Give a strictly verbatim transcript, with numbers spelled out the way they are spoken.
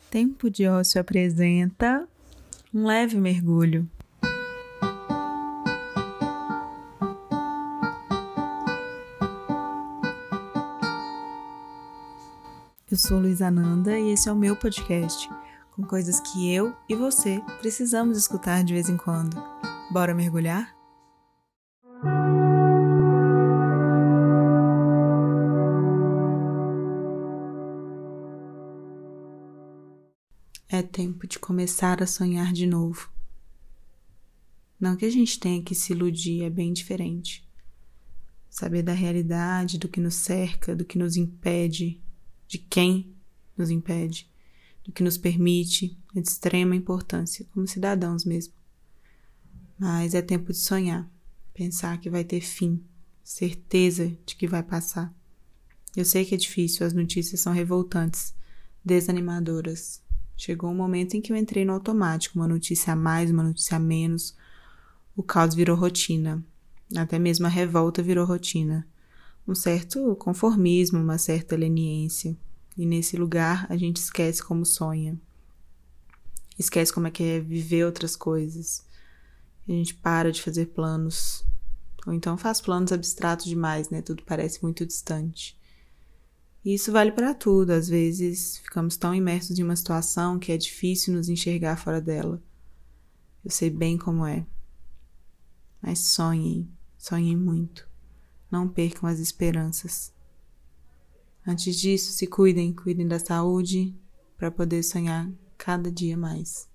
Tempo de Ócio apresenta um leve mergulho. Eu sou Luísa Nanda e esse é o meu podcast, com coisas que eu e você precisamos escutar de vez em quando. Bora mergulhar? É tempo de começar a sonhar de novo. Não que a gente tenha que se iludir, é bem diferente. Saber da realidade, do que nos cerca, do que nos impede, de quem nos impede, do que nos permite, é de extrema importância, como cidadãos mesmo. Mas é tempo de sonhar, pensar que vai ter fim, certeza de que vai passar. Eu sei que é difícil, as notícias são revoltantes, desanimadoras. Chegou um momento em que eu entrei no automático, uma notícia a mais, uma notícia a menos. O caos virou rotina. Até mesmo a revolta virou rotina. Um certo conformismo, uma certa leniência. E nesse lugar a gente esquece como sonha. Esquece como é que é viver outras coisas. A gente para de fazer planos. Ou então faz planos abstratos demais, né? Tudo parece muito distante. E isso vale para tudo. Às vezes ficamos tão imersos em uma situação que é difícil nos enxergar fora dela. Eu sei bem como é. Mas sonhem, sonhem muito. Não percam as esperanças. Antes disso, se cuidem, cuidem da saúde para poder sonhar cada dia mais.